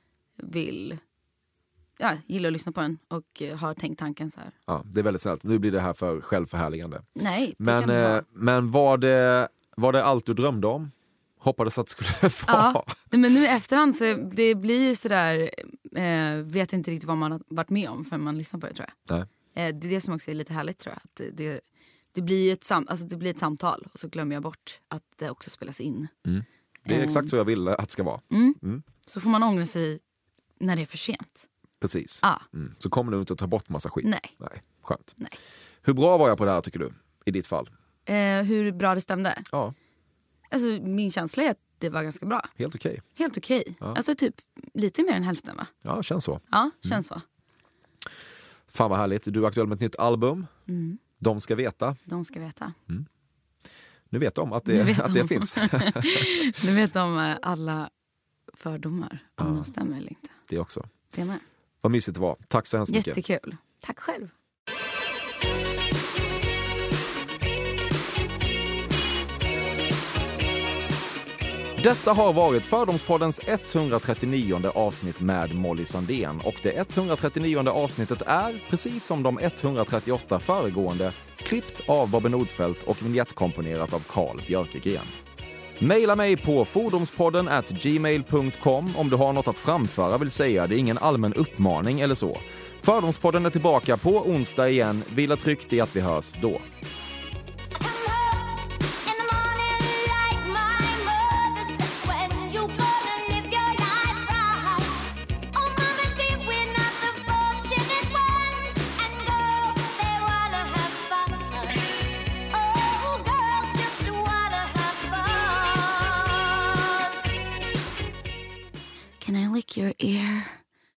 gillar att lyssna på den och har tänkt tanken så här. Ja, det är väldigt snällt. Nu blir det här för självförhärligande. Nej, men var det allt du drömde om? Hoppades att det skulle vara. Ja, men nu i efterhand så det blir ju sådär, vet inte riktigt vad man har varit med om för man lyssnar på det, tror jag. Nej. Det är det som också är lite härligt, tror jag. Att det blir ett samtal och så glömmer jag bort att det också spelas in. Det är exakt så jag vill att det ska vara. Så får man ångra sig när det är för sent. Precis. Så kommer du inte att ta bort massa skit. Nej. Skönt. Nej. Hur bra var jag på det här, tycker du? I ditt fall? Hur bra det stämde? Ja. Alltså min känsla är att det var ganska bra. Helt okej. Helt okej. Ja. Alltså typ lite mer än hälften, va? Ja, känns så. Ja, känns så. Fan vad härligt. Du är aktuell med ett nytt album. De ska veta. De ska veta. Nu vet de att det finns. Nu vet de alla fördomar om de stämmer eller inte. Det också. Det med. Vad mysigt det var. Tack så hemskt mycket. Jättekul. Tack själv. Detta har varit Fördomspoddens 139 avsnitt med Molly Sandén. Och det 139 avsnittet är, precis som de 138 föregående, klippt av Bobby Nordfeldt och vignettkomponerat av Carl Björkegren. Maila mig på fordomspodden@gmail.com om du har något att framföra, vill säga. Det är ingen allmän uppmaning eller så. Fördomspodden är tillbaka på onsdag igen. Vila tryggt i att vi hörs då. Can I lick your ear?